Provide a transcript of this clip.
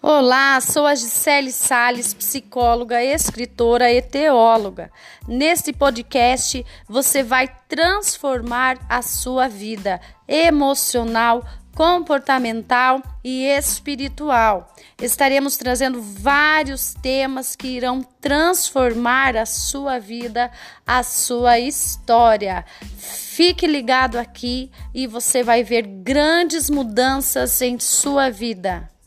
Olá, sou a Gisele Salles, psicóloga, escritora e teóloga. Neste podcast, você vai transformar a sua vida emocional, comportamental e espiritual. Estaremos trazendo vários temas que irão transformar a sua vida, a sua história. Fique ligado aqui e você vai ver grandes mudanças em sua vida.